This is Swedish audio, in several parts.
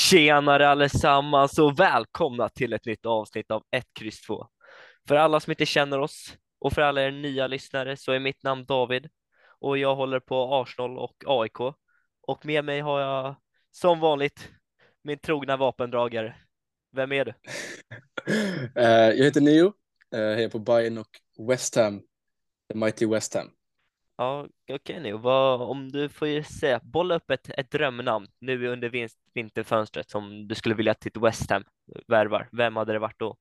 Tjenare allesammans och välkomna till ett nytt avsnitt av 1X2. För alla som inte känner oss och för alla er nya lyssnare så är mitt namn David och jag håller på Arsenal och AIK. Och med mig har jag som vanligt min trogna vapendragare. Vem är du? Jag heter Neo, hejar på Bayern och West Ham, the mighty West Ham. Ja, okej nu. Om du får ju säga, bolla upp ett drömnamn nu under vinterfönstret som du skulle vilja att ditt West Ham värvar. Vem hade det varit då?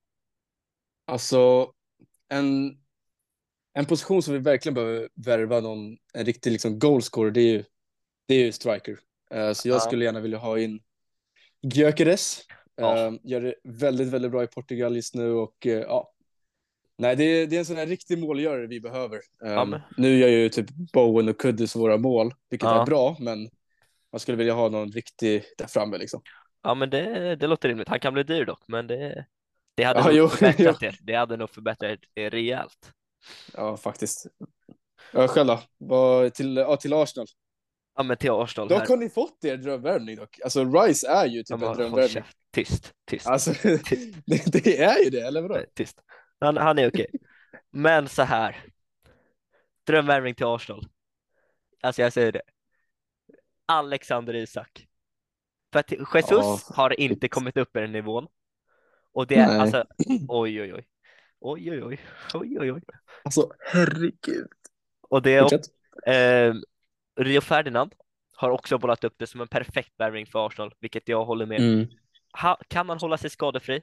Alltså, en, en position som vi verkligen behöver värva en riktig liksom goalscorer, det är ju striker. Så jag Ja. skulle gärna vilja ha in Gyökeres. Ja, Gör det väldigt, väldigt bra i Portugal just nu och ja. Nej, det är en sån här riktig målgörare vi behöver. ja, men, Nu gör ju typ Bowen och Kudus våra mål, vilket är ja. bra, men man skulle vilja ha någon riktig där framme liksom. Ja, men det låter rimligt. Han kan bli dyr dock, men det hade Ja, nog jo, jo. förbättrat er. Det hade nog förbättrat er rejält. Ja, faktiskt. Ja, själv då? Till Arsenal. Ja, men till Arsenal Dock här. har ni fått er drömvärvning dock. Alltså Rice är ju Ja, typ en men håll drömvärvning. käft. Tyst, tyst, Alltså, tyst, det är ju det, eller vadå? nej, tyst. Han är okej. Men så här. Drömvärvning till Arsenal. Alltså jag säger det. Alexander Isak. För att Ja, Jesus har inte shit. kommit upp i den nivån. Och det är Nej. alltså, oj, oj, oj. Oj, oj, oj. Oj, oj, oj. Alltså, herregud. Och det är Fortsätt. eh, Rio Ferdinand har också bollat upp det som en perfekt värvning för Arsenal, vilket jag håller med. Mm. Kan han hålla sig skadefri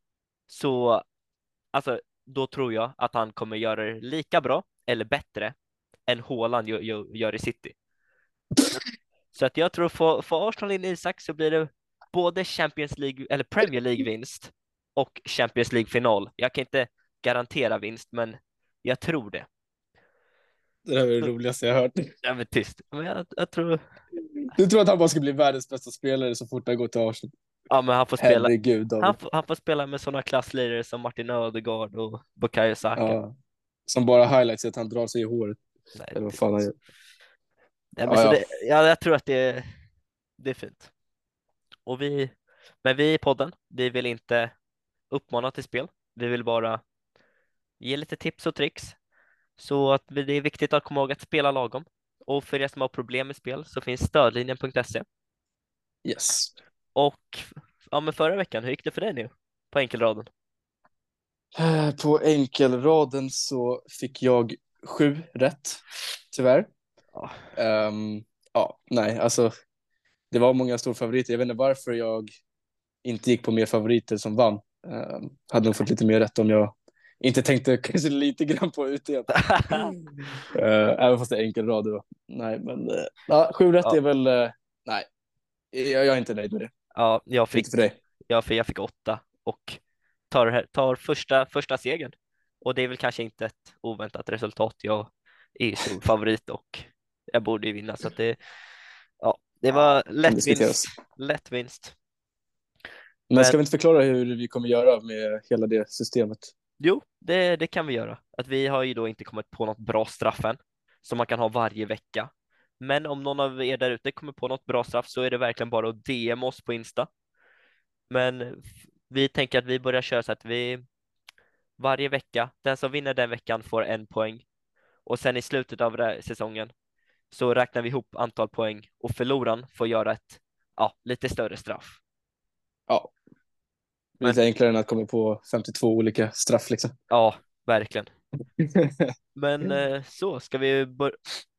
så alltså, då tror jag att han kommer göra det lika bra eller bättre än Haaland gör i City. Så att jag tror för Arsenal in i Isak så blir det både Champions League eller Premier League-vinst och Champions League-final. Jag kan inte garantera vinst, men jag tror det. Det där var det Så, roligaste jag hört. jag är tyst. Men jag tror, Du tror att han bara ska bli världens bästa spelare så fort han går till Arsenal? ja, men Herregud, David. han får spela med sådana klasslirare som Martin Ödegaard och Bukayo Saka. Ja. Som bara highlights är att han drar sig i håret. Nej, Eller vad fan han gör. nej, men Ja, så ja. jag tror att det är fint. Och men vi i podden, vi vill inte uppmana till spel. Vi vill bara ge lite tips och tricks. Så att det är viktigt att komma ihåg att spela lagom. Och för er som har problem med spel så finns stödlinjen.se. Yes. Och ja, men förra veckan, hur gick det för dig nu på enkelraden? På enkelraden så fick jag 7 rätt, tyvärr. Ja, Ja, nej, alltså det var många stora favoriter. Jag vet inte varför jag inte gick på mer favoriter som vann. Hade nog fått lite mer rätt om jag inte tänkte kanske lite grann på utdelning. Även fast det är enkelrader då. Nej, men ja, 7 rätt ja, är väl, nej, jag är inte nöjd med det. ja, Inte för dig. jag fick 8 och tar första segern. Och det är väl kanske inte ett oväntat resultat. Jag är ju stor favorit och jag borde ju vinna. Så att det var Ja, kan diskuteras. lätt vinst. Men Men ska vi inte förklara hur vi kommer göra med hela det systemet? jo, det kan vi göra. Att vi har ju då inte kommit på något bra straff än som man kan ha varje vecka. Men om någon av er där ute kommer på något bra straff så är det verkligen bara att DM oss på Insta. Men vi tänker att vi börjar köra så att vi varje vecka, den som vinner den veckan får 1 poäng. Och sen i slutet av säsongen så räknar vi ihop antal poäng och förloraren får göra ett lite större straff. Ja, det är Men lite enklare än att komma på 52 olika straff liksom. ja, verkligen. Men så ska vi börja.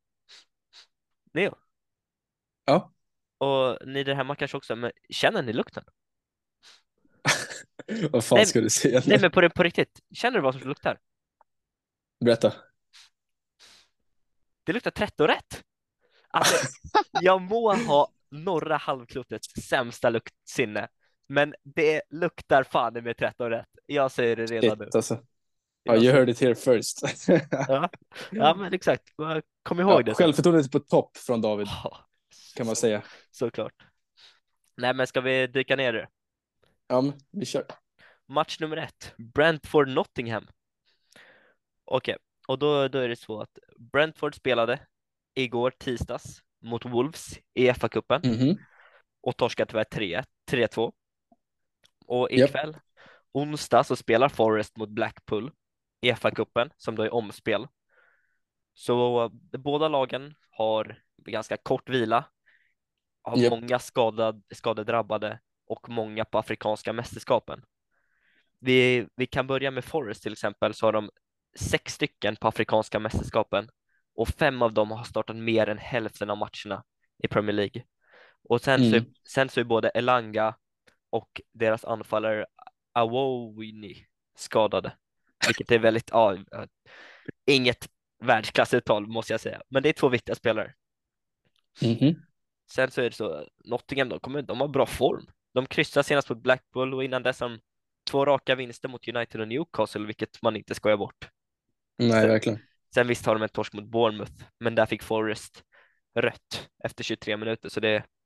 Neo, Ja, och ni där hemma kanske också, men känner ni lukten? vad fan Nej, ska du säga nej nu? men på riktigt, känner du vad som luktar? Berätta. Det luktar 13 rätt. Alltså, jag må ha norra halvklotets sämsta luktsinne, men det luktar fan med 13 rätt. Jag säger det redan nu. Shit alltså. Ja, Jag you säger, heard it here first. ja, ja, men exakt. Kom ihåg Ja, det sen. självförtroendet på topp från David, Ja, kan man säga. såklart. Nej, men ska vi dyka ner i det? Ja, men vi kör. Match nummer 1, Brentford-Nottingham. Okej, och då är det så att Brentford spelade igår tisdags mot Wolves i FA-cupen. Mhm. och torskar tyvärr 3-1, 3-2. Och Japp. ikväll, onsdag, så spelar Forest mot Blackpool i FA-cupen som då är omspel. Så båda lagen har ganska kort vila, har Japp. många skadedrabbade och många på afrikanska mästerskapen. Vi kan börja med Forest till exempel, så har de 6 stycken på afrikanska mästerskapen och 5 av dem har startat mer än hälften av matcherna i Premier League. Och Mm. sen så är både Elanga och deras anfallare Awowini skadade, vilket är väldigt, inget världsklassuttal måste jag säga, men det är 2 viktiga spelare. Mhm. Sen så är det så, Nottingham, de har bra form. De kryssade senast mot Blackpool och innan dess har de 2 raka vinster mot United och Newcastle, vilket man inte skojar bort. Nej, Sen, verkligen. sen visst har de en torsk mot Bournemouth, men där fick Forest rött efter 23 minuter, så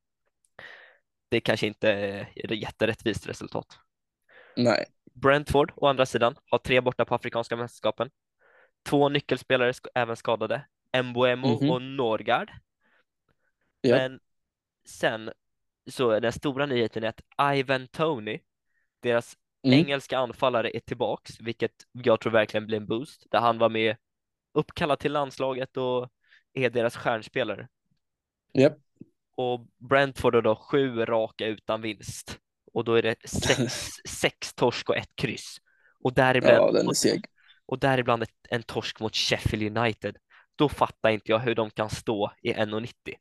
det kanske inte är ett jätterättvist resultat. Nej. Brentford å andra sidan har 3 borta på afrikanska mästerskapen. 2 nyckelspelare även skadade, Mbeumo Mhm. och Norgard. Japp. Men sen så är den stora nyheten är att Ivan Toney, deras Mm. engelska anfallare, är tillbaks, vilket jag tror verkligen blir en boost, där han var med uppkallad till landslaget och är deras stjärnspelare. Japp. Och Brentford har då 7 raka utan vinst. Och då är det sex torsk och 1 kryss. Och däribland, Ja, den är seg. och däribland en torsk mot Sheffield United. Då fattar inte jag hur de kan stå i 1,90.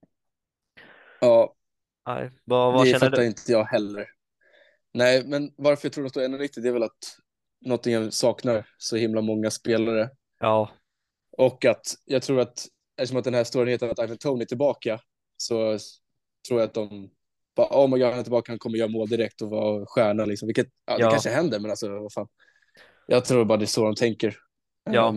Ja, Nej, vad det känner fattar du? inte jag heller. Nej, men varför jag tror de står 1,90 det är väl att Nottingham saknar så himla många spelare. Ja, Och att jag tror att eftersom att den här stora nyheten att Ivan Toney är tillbaka så tror jag att de bara, oh my God, han är tillbaka, han kommer göra mål direkt och vara stjärna liksom. Vilket, ja, det ja, kanske händer, men alltså vad fan. Jag tror bara det är så de tänker. ja,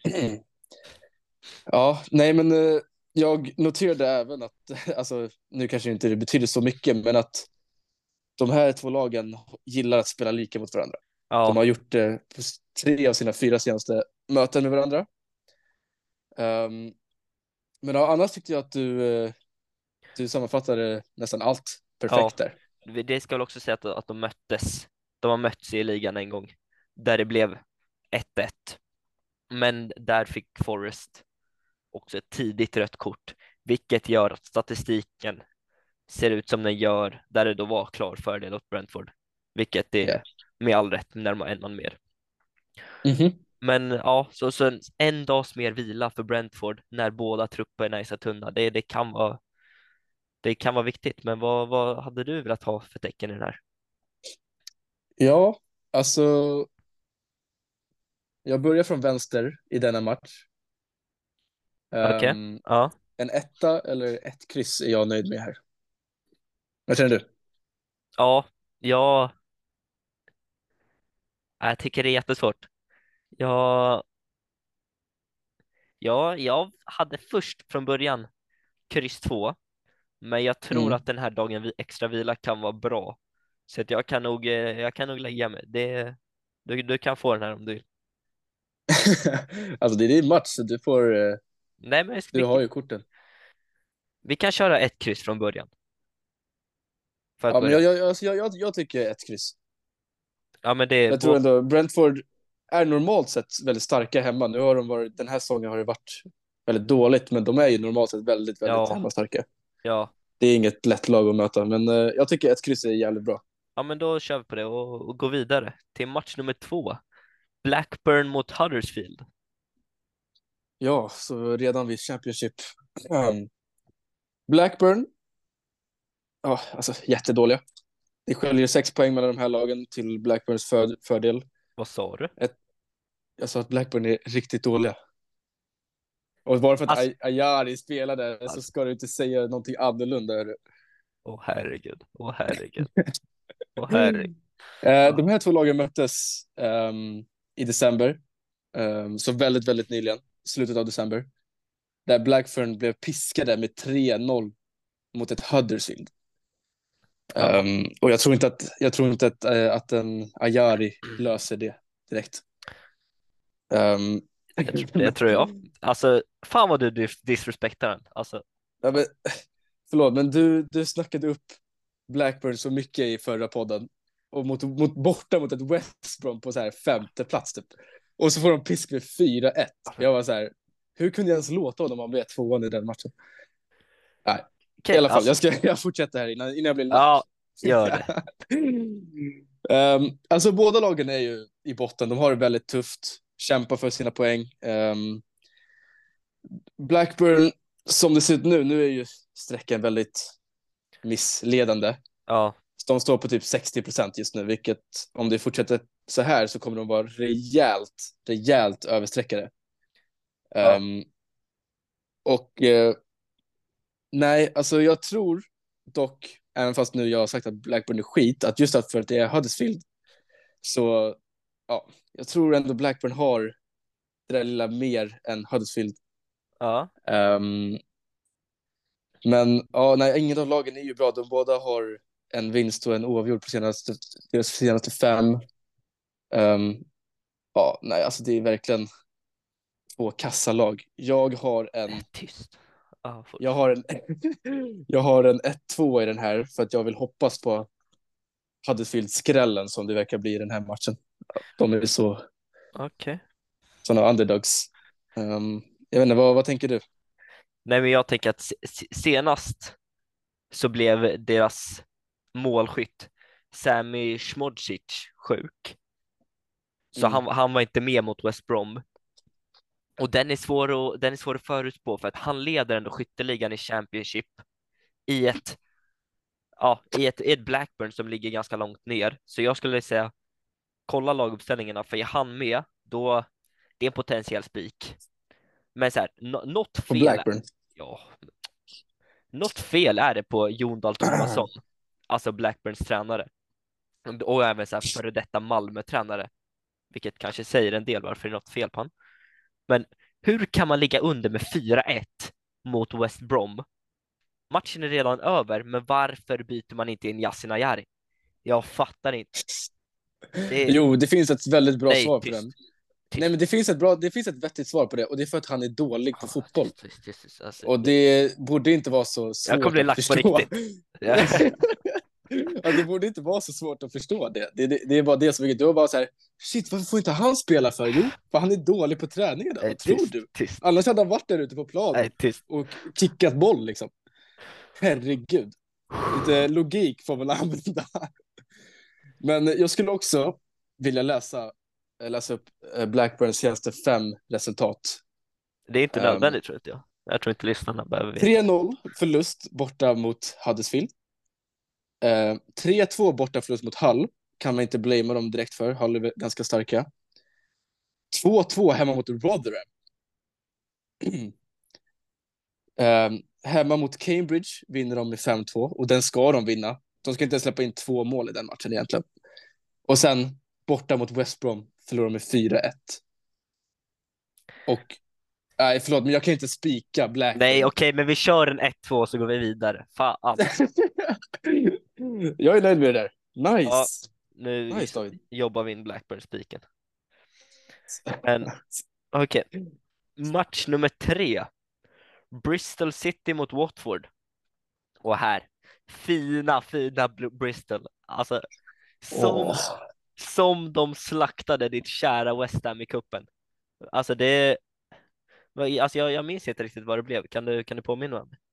Ja, nej men jag noterade även att, alltså nu kanske inte det betyder så mycket, men att de här 2 lagen gillar att spela lika mot varandra. De ja, har gjort det på 3 av sina 4 senaste möten med varandra. Um, men ja, annars tyckte jag att du sammanfattade nästan allt ja. perfekt där. Det ska väl också säga att de möttes. De har mötts i ligan en gång, där det blev 1-1. Men där fick Forest också ett tidigt rött kort, vilket gör att statistiken ser ut som den gör, där det då var klar fördel åt Brentford, vilket Ja. är med all rätt närmare en man mer. Mhm. Men ja, så en dags mer vila för Brentford när båda trupperna är så tunna, det kan vara viktigt. Men vad hade du velat ha för tecken i den här? Ja, alltså jag börjar från vänster i denna match. Okej, Um, ja, en etta eller ett kryss är jag nöjd med här. Vad känner du? ja, ja, jag tycker det är jättesvårt. Jag, jag hade först från början kryss 2, men jag tror Mm. att den här dagen extra vila kan vara bra. Så att jag kan nog lägga mig. Du kan få den här om du vill. Alltså det är din match, så Nej, men du har ju korten. vi kan köra ett kryss från början för att Ja, men börja. jag tycker ett kryss. Ja, men det är Jag tror ändå Brentford är normalt sett väldigt starka hemma. Nu har de varit, den här säsongen har det varit väldigt dåligt, men de är ju normalt sett väldigt, väldigt ja, hemmastarka. ja, Det är inget lätt lag att möta, men jag tycker ett kryss är jävligt bra. ja, men då kör vi på det och går vidare till match nummer 2. Blackburn mot Huddersfield. Ja, så redan vid Championship. Um, Blackburn, ja, alltså jättedåliga. Det skiljer 6 poäng mellan de här lagen till Blackburns fördel. Vad sa du? Jag sa att Blackburn är riktigt dåliga. Och bara för att Alltså, Ayari spelar där så alltså, ska du inte säga någonting annorlunda. åh herregud, åh herregud, åh herregud. De Ja, här 2 lagen möttes i december, så väldigt, väldigt nyligen, slutet av december, där Blackburn blev piskade med 3-0 mot ett Huddersfield. ja, Och jag tror inte att en Ayari löser det direkt. Um, det tror jag. Alltså, fan vad du disrespektar den. Alltså, ja, men, förlåt, men du snackade upp Blackburn så mycket i förra podden. Och borta mot ett West Brom på så här 5:e plats typ. Och så får de pisk med 4-1. Jag var så här, hur kunde jag ens låta honom bli 2-1 i den matchen? Nej, i Okej, alla fall, alltså, jag fortsätter här innan jag blir lack. ja, gör det. Alltså båda lagen är ju i botten, de har det väldigt tufft, kämpar för sina poäng. Blackburn, som det ser ut nu är ju sträckan väldigt missledande. Ja, De står på typ 60% just nu, vilket om det fortsätter så här så kommer de vara rejält översträckade. ja, Och nej, alltså jag tror dock, även fast nu jag har sagt att Blackburn är skit, att just för att det är Huddersfield så ja, jag tror ändå Blackburn har det där lilla mer än Huddersfield. ja. Men ja, nej, ingen av lagen är ju bra. De båda har en vinst och en oavgjord på deras senaste 5. Ja, nej, alltså det är verkligen 2 kassalag. Tyst. Ja, Jag har en, jag har en 1-2 i den här för att jag vill hoppas på Huddersfield-skrällen som det verkar bli i den här matchen. De är okej. såna underdogs. Jag vet inte, vad tänker du? Nej, men jag tänker att senast så blev deras målskytt Sami Szmodic sjuk. Så Mm. han var inte med mot West Brom. Och den är svår att förutspå för att han leder ändå skytteligan i Championship i ett Blackburn som ligger ganska långt ner. Så jag skulle säga kolla laguppställningarna, för är han med då det är en potentiell spik. Men så här, något Och fel Blackburn. ja, något fel är det på Jon Dahl Tomasson, alltså Blackburns tränare. Och även så här före detta Malmö-tränare, vilket kanske säger en del varför det är något fel på han. Men hur kan man ligga under med 4-1 mot West Brom? Matchen är redan över, men varför byter man inte in Yasin Ayari? Jag fattar inte. Jo, det finns ett väldigt bra Nej, svar på tyst, den. Nej, tyst. men det finns ett vettigt svar på det och det är för att han är dålig på fotboll. Tyst. Alltså, Och det borde inte vara så jag kommer svårt bli att lack på förstå. riktigt. Ja. Ja, det borde inte vara så svårt att förstå det. Det är bara det som är du bara så här, shit, varför får inte han spela för? Jo, för han är dålig på träningarna. Vad tror du? Tyst. Annars hade han varit där ute på planen Nej, tyst. och kickat boll liksom. Herregud. Lite logik får man använda. Men jag skulle också vilja läsa upp Blackburns senaste 5 resultat. Det är inte nödvändigt, tror inte jag. Jag tror inte lyssnarna behöver veta. 3-0 förlust borta mot Huddersfield. 3-2 borta förlust mot Hull. Kan man inte blamea dem direkt för. Hull är ganska starka. 2-2 hemma mot Rotherham. Hemma mot Cambridge vinner de med 5-2. Och den ska de vinna. De ska inte släppa in 2 mål i den matchen egentligen. Och sen borta mot West Brom förlorar de med 4-1. Och nej, förlåt, men jag kan inte spika Blackburn. Nej, okej, men vi kör en 1-2 så går vi vidare. Fan. Jag är nöjd med det där. Nice. Ja, nu Nice, David. jobbar vi in Blackburn-spiken. Men okej. Match nummer 3. Bristol City mot Watford. Och här, fina Bristol. Alltså, som de slaktade ditt kära West Ham i kuppen. Alltså alltså jag minns inte riktigt vad det blev. Kan du påminna mig?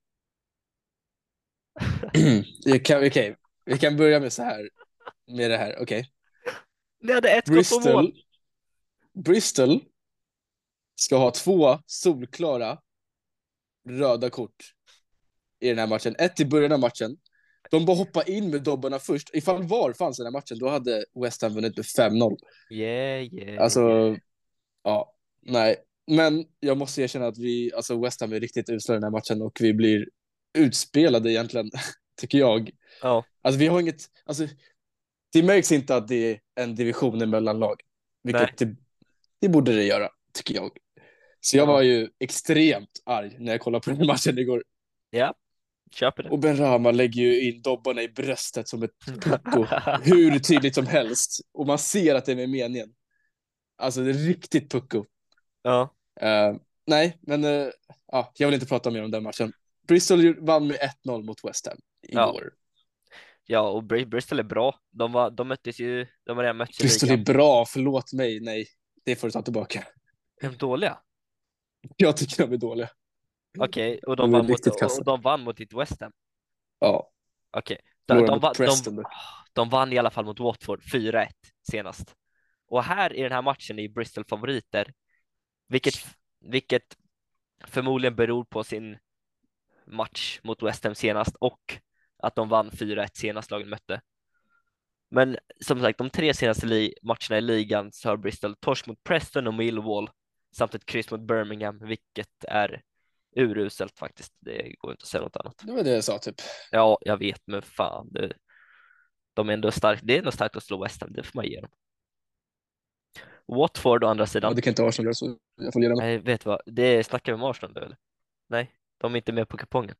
Okej, vi kan börja med så här. Med det här, okej. Ni hade ett skott på mål. Bristol ska ha 2 solklara röda kort i den här matchen. Ett i början av matchen. De bara hoppa in med dobbarna först. Ifall VAR fanns i den här matchen, då hade West Ham vunnit med 5-0. Alltså, ja, nej. Men jag måste erkänna att West Ham är riktigt usla i den här matchen och vi blir utspelade egentligen, tycker jag. Ja. Alltså vi har inget, alltså det märks inte att det är en division mellan lag. Vilket det borde det göra, tycker jag. Så jag var ju extremt arg när jag kollade på den här matchen igår. Ja, köper det. Och Ben Rama lägger ju in dobbarna i bröstet som ett pucko. Hur tydligt som helst. Och man ser att det är med meningen. Alltså det är riktigt pucko. Ja. Nej, men jag vill inte prata mer om den matchen. Bristol vann med 1-0 mot West Ham igår. Ja, och Bristol är bra. De möttes ju, de har redan mötts i Bristol är ligan. bra, förlåt mig. Nej, det får du ta tillbaka. Är de dåliga? Jag tycker de är dåliga. Okej, och De är riktigt kassa. de vann mot ditt West Ham. Ja, Okej, förlorade mot Preston dock. de vann i alla fall mot Watford 4-1 senast. Och här i den här matchen är Bristol favoriter, vilket, vilket förmodligen beror på sin match mot West Ham senast och att de vann 4-1 senast lagen mötte. Men som sagt, de 3 senaste matcherna i ligan så har Bristol torsk mot Preston och Millwall samt ett kryss mot Birmingham, vilket är uruselt faktiskt. Det går inte att säga något annat. Det var det jag sa typ. Ja, jag vet, men fan, de är ändå starkt. Det är ändå starkt att slå West Ham, det får man ge dem. Watford å andra Ja, sidan. det kan inte Arsenal göra, så jag får ge dem. Nej, vet du vad? Det snackar vi om Arsenal nu, eller? Nej, de är inte med på kupongen.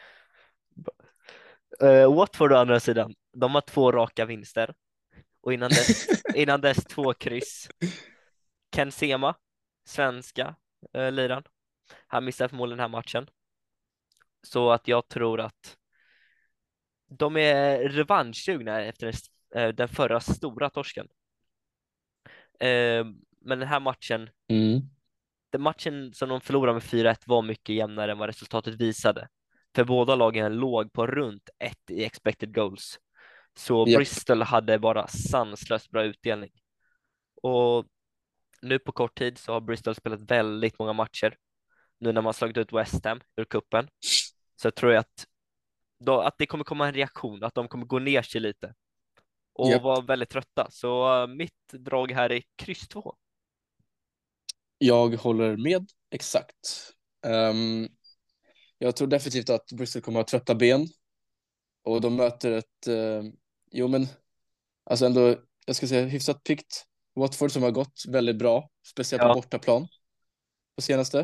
Watford å andra sidan. De har 2 raka vinster. Och innan dess 2 kryss. Ken Sema, svenska liran. Han missar förmodligen den här matchen. Så att jag tror att de är revanschsugna efter den förra stora torsken. Men den här matchen, Mm. den matchen som de förlorade med 4-1 var mycket jämnare än vad resultatet visade. För båda lagen låg på runt 1 i expected goals. Så Japp. Bristol hade bara sanslöst bra utdelning. Och nu på kort tid så har Bristol spelat väldigt många matcher. Nu när man slagit ut West Ham ur kuppen. Så tror jag att det kommer komma en reaktion, att de kommer gå ner sig lite. Och Japp. vara väldigt trötta. Så mitt drag här är kryss 2. Jag håller med, exakt. Jag tror definitivt att Bristol kommer att ha trötta ben. Och de möter ett, jo men, alltså ändå, jag ska säga hyfsat pikt Watford som har gått väldigt bra, speciellt på Ja, bortaplan på senaste.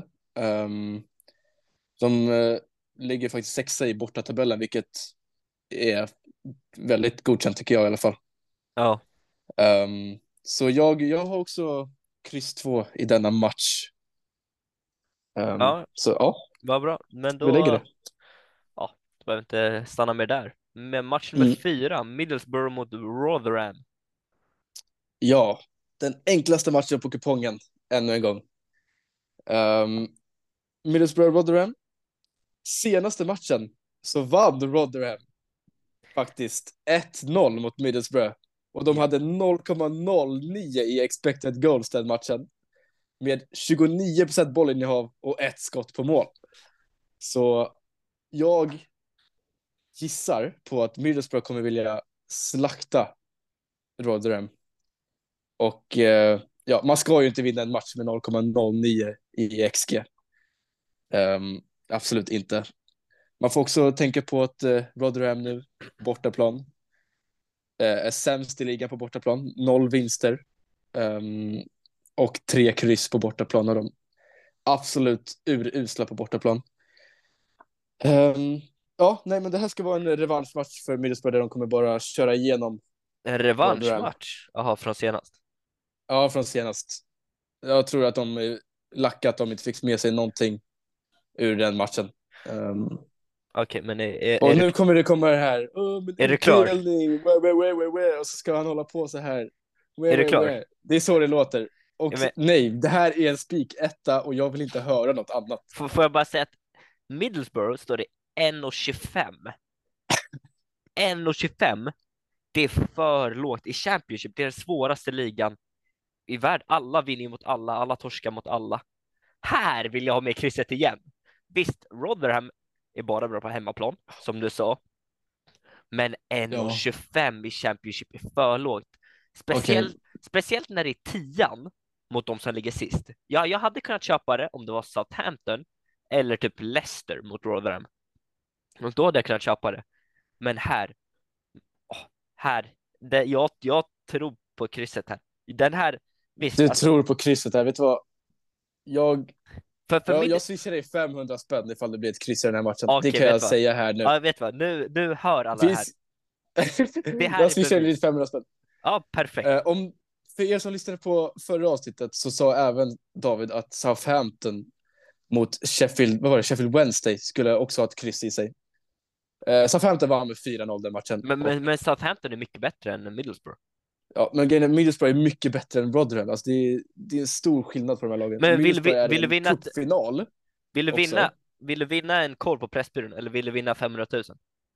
De ligger faktiskt 6 i bortatabellen, vilket är väldigt godkänt tycker jag i alla fall. ja, Så jag har också kryss 2 i denna match. ja, Så ja, vad bra. Men vi lägger då, det. ja, du behöver inte stanna med där. Men match nummer Mm. 4, Middlesbrough mot Rotherham. Ja, den enklaste matchen på kupongen, ännu en gång. Middlesbrough-Rotherham. Senaste matchen så vann Rotherham faktiskt 1-0 mot Middlesbrough. Och de hade 0,09 i expected goals den matchen. Med 29% bollinnehav och 1 skott på mål. Så jag gissar på att Middlesbrough kommer vilja slakta Rotherham. Och ja, man ska ju inte vinna en match med 0,09 i XG. Absolut inte. Man får också tänka på att Rotherham nu, bortaplan, är sämst i ligan på bortaplan. 0 vinster. Och 3 kryss på bortaplan av dem. Absolut urusla på bortaplan. Ja, nej, men det här ska vara en revanschmatch för Middlesbrough där de kommer bara köra igenom En Rotherham. revanschmatch? Jaha, från senast. Ja, från senast. Jag tror att de är lackat att de inte fick med sig någonting ur den matchen. Okej, men Och nu kommer det komma det här. Men är du klar? utdelning. Where. Och så ska han hålla på så här. Är du klar? Det är så det låter. Och Ja, men, nej, det här är en spik-etta och jag vill inte höra något annat. får jag bara säga att Middlesbrough står det 1,25. 1,25. Det är för lågt i Championship. Det är den svåraste ligan i världen. Alla vinner mot alla torskar mot alla. Här vill jag ha med krysset igen. Visst, Rotherham är bara bra på hemmaplan, som du sa. Men Ja, 1,25 i Championship är för lågt. okej. Speciellt när det är 10 mot de som ligger sist. Ja, jag hade kunnat köpa det om det var Southampton eller typ Leicester mot Rotherham. Och då hade jag kunnat köpa det. Men här, jag tror på krysset här. Den här, visst, Du alltså, tror på krysset här. Vet du vad? Jag, för jag, min... jag swishar dig 500 spänn ifall det blir ett kryss i den här matchen. Det Okej, kan vet jag du vad? säga här nu. Ja, vet du vad? Nu hör alla det här. Finns... Det här jag är swishar dig bevis. 500 spänn. Ja, perfekt. För er som lyssnade på förra avsnittet så sa även David att Southampton mot Sheffield Wednesday skulle också ha ett kryss i sig. Southampton vann med 4-0 den matchen. Men Southampton är mycket bättre än Middlesbrough. Ja, men grejen är, Middlesbrough är mycket bättre än Rotherham. Alltså det är en stor skillnad på de här lagen. Och Men Middlesbrough är i vill du en vinna cupfinal vill du också. vinna vill du vinna en koll på Pressbyrån eller vill du vinna 500 000?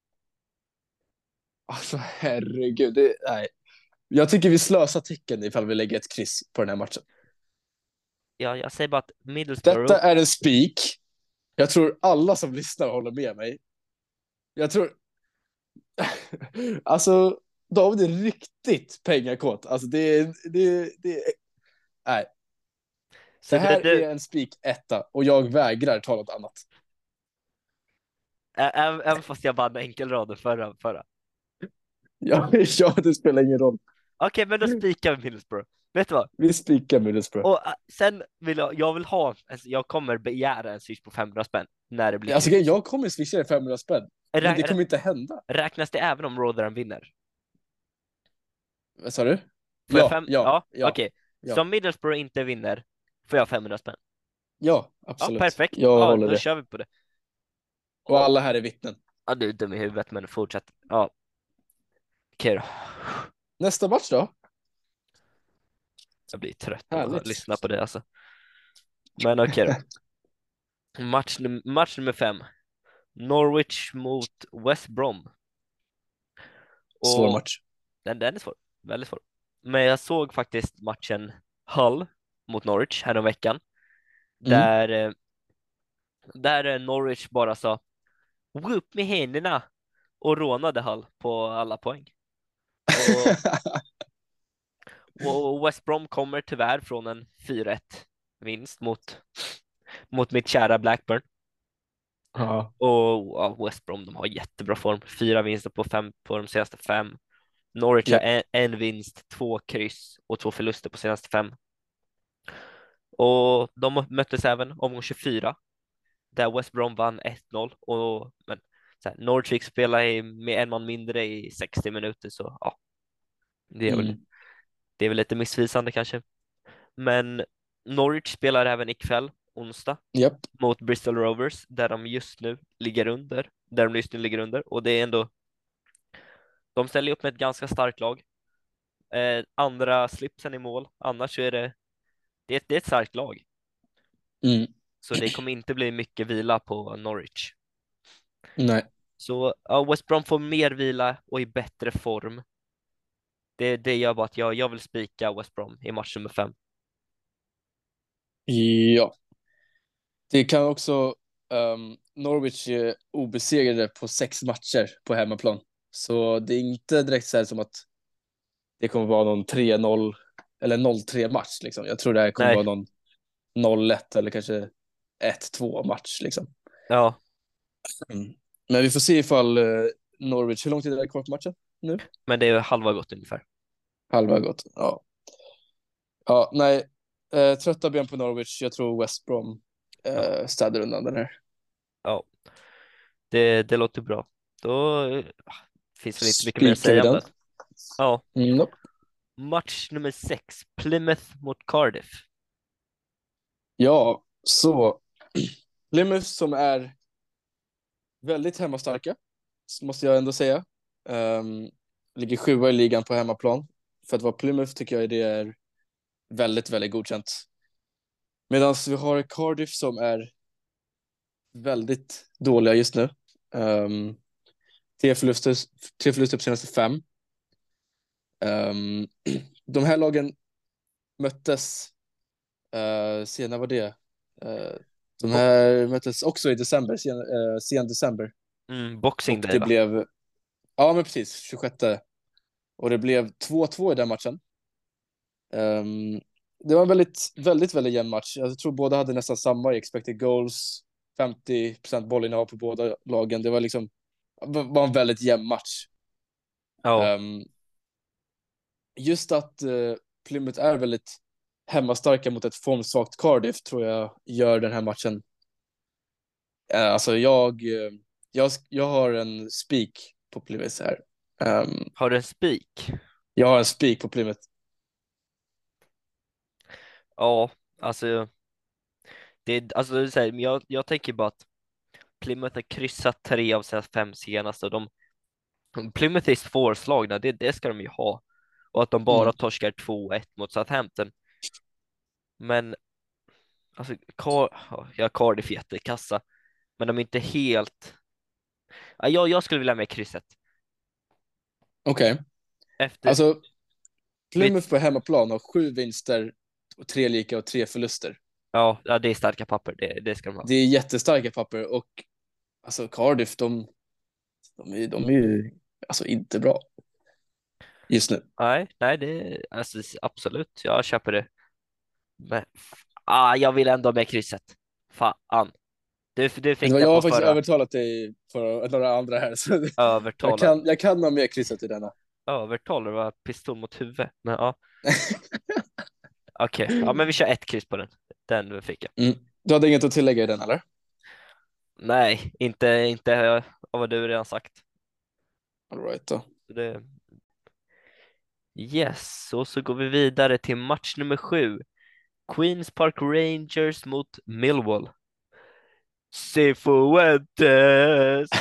Alltså herregud, nej. Jag tycker vi slösar tecken ifall vi lägger ett kryss på den här matchen. Ja, jag säger bara att Middlesbrough. Detta är en spik. Jag tror alla som lyssnar håller med mig. Jag tror... Alltså, David är riktigt pengakåt. Alltså, nej. Så Det här är en spik etta och jag vägrar ta något annat. även fast jag vann enkelraden förra. Ja, ja, det spelar ingen roll. Okej, men då spikar vi Middlesbrough. Vet du vad? Vi spikar Middlesbrough. Och sen vill jag vill ha, alltså, jag kommer begära en swish på 500 spänn när det blir Alltså, kryss. jag kommer swisha dig 500 spänn. Men det kommer inte hända. Räknas det även om Rotherham vinner? Vad sa du? Får jag Ja, fem? ja, Ja, ja, okej. Så ja. om Middlesbrough inte vinner får jag 500 spänn. Ja, Ja, absolut. perfekt. Jag Ja, håller då det. kör vi på det. Och alla här är vittnen. Ja, du är dum i huvudet, men fortsätt. Ja, okej då. Nästa match då? Jag blir trött av att Härligt. lyssna på det alltså. Men okej då. Match nummer 5. Norwich mot West Brom. Svår Och match. den är svår. Väldigt svår. Men jag såg faktiskt matchen Hull mot Norwich häromveckan. Mm. Där Norwich bara sa upp med händerna och rånade Hull på alla poäng. Och, och West Brom kommer tyvärr från en 4-1 vinst mot mitt kära Blackburn. Ja. Och ja, West Brom, de har jättebra form. 4 vinster på de senaste 5. Norwich har Japp. en vinst, 2 kryss och 2 förluster på senaste 5. Och de möttes även omgång 24 där West Brom vann 1-0 men Norwich fick spela med en man mindre i 60 minuter så ja, Mm. det är väl lite missvisande kanske. Men Norwich spelar även ikväll, onsdag, Japp. mot Bristol Rovers där de just nu ligger under och det är ändå de ställer upp med ett ganska starkt lag. Andra slipsen i mål, annars så är det är ett starkt lag. Mm. Så det kommer inte bli mycket vila på Norwich. Nej. Så ja, West Brom får mer vila och i bättre form. Det gör bara att jag vill spika West Brom i match nummer 5. Ja. Det kan också... Norwich är obesegrade på 6 matcher på hemmaplan. Så det är inte direkt så här som att det kommer vara någon 3-0 eller 0-3 match. Liksom. Jag tror det här kommer Nej, vara någon 0-1 eller kanske 1-2 match. Liksom. ja, Mm. Men vi får se ifall Norwich... Hur lång tid är det kvar på matchen nu? men det är halva gott ungefär. Halva gått. Ja. Ja, nej. Trötta ben på Norwich. Jag tror West Brom Ja, städar undan den här. ja. Det låter bra. Då finns väl inte mycket mer att Spikar vi säga om den? det. Ja, Nope. match nummer 6, Plymouth mot Cardiff. Ja, så Plymouth som är väldigt hemmastarka, måste jag ändå säga. Ligger 7 i ligan på hemmaplan. För att vara Plymouth tycker jag det är väldigt, väldigt godkänt. Medan vi har Cardiff som är väldigt dåliga just nu. Um, 3 förluster på senaste 5. De här lagen möttes senare var det. De Bo här möttes också i december, sen december. Boxing Och Day det va? blev, ja men precis, 26. Och det blev 2-2 i den matchen. Det var en väldigt, väldigt, väldigt jämn match. Jag tror båda hade nästan samma i expected goals. 50% bollinnehav på båda lagen. Det var liksom, var en väldigt jämn match. Ja, Just att Plymouth är väldigt hemmastarka mot ett formsvagt Cardiff tror jag gör den här matchen. Alltså jag har en spik på Plymouth här. har du en spik? Jag har en spik på Plymouth. Ja, alltså det är så här, men jag tänker bara att Plymouth har kryssat 3 av sina 5 senaste och Plymouth är svårslagna, det ska de ju ha. Och att de bara Mm. torskar 2-1 mot Southampton. Men alltså, Cardiff är jättekassa. Men de är inte helt... Ja, jag skulle vilja ha med krysset. Okej. Efter... Alltså, vi- Plymouth på hemmaplan har 7 vinster, och 3 lika och 3 förluster. Ja, det är starka papper, det ska de ha. Det är jättestarka papper och alltså Cardiff, de är ju alltså inte bra just nu. Nej, det alltså, absolut, jag köper det. Men jag vill ändå ha med krysset. Fan. Du Men fick det jag har på faktiskt förra. övertalat dig för några andra här, så Övertalar. jag kan ha med krysset i denna. Övertalar var pistol mot huvudet. Men ja, okej. Ja, men vi kör ett kryss på den. Den fick jag. Mm. Du hade inget att tillägga i den, eller? Nej, inte av vad du redan sagt. All right då. Så yes, och så går vi vidare till match nummer 7. Queens Park Rangers mot Millwall. Cifuentes!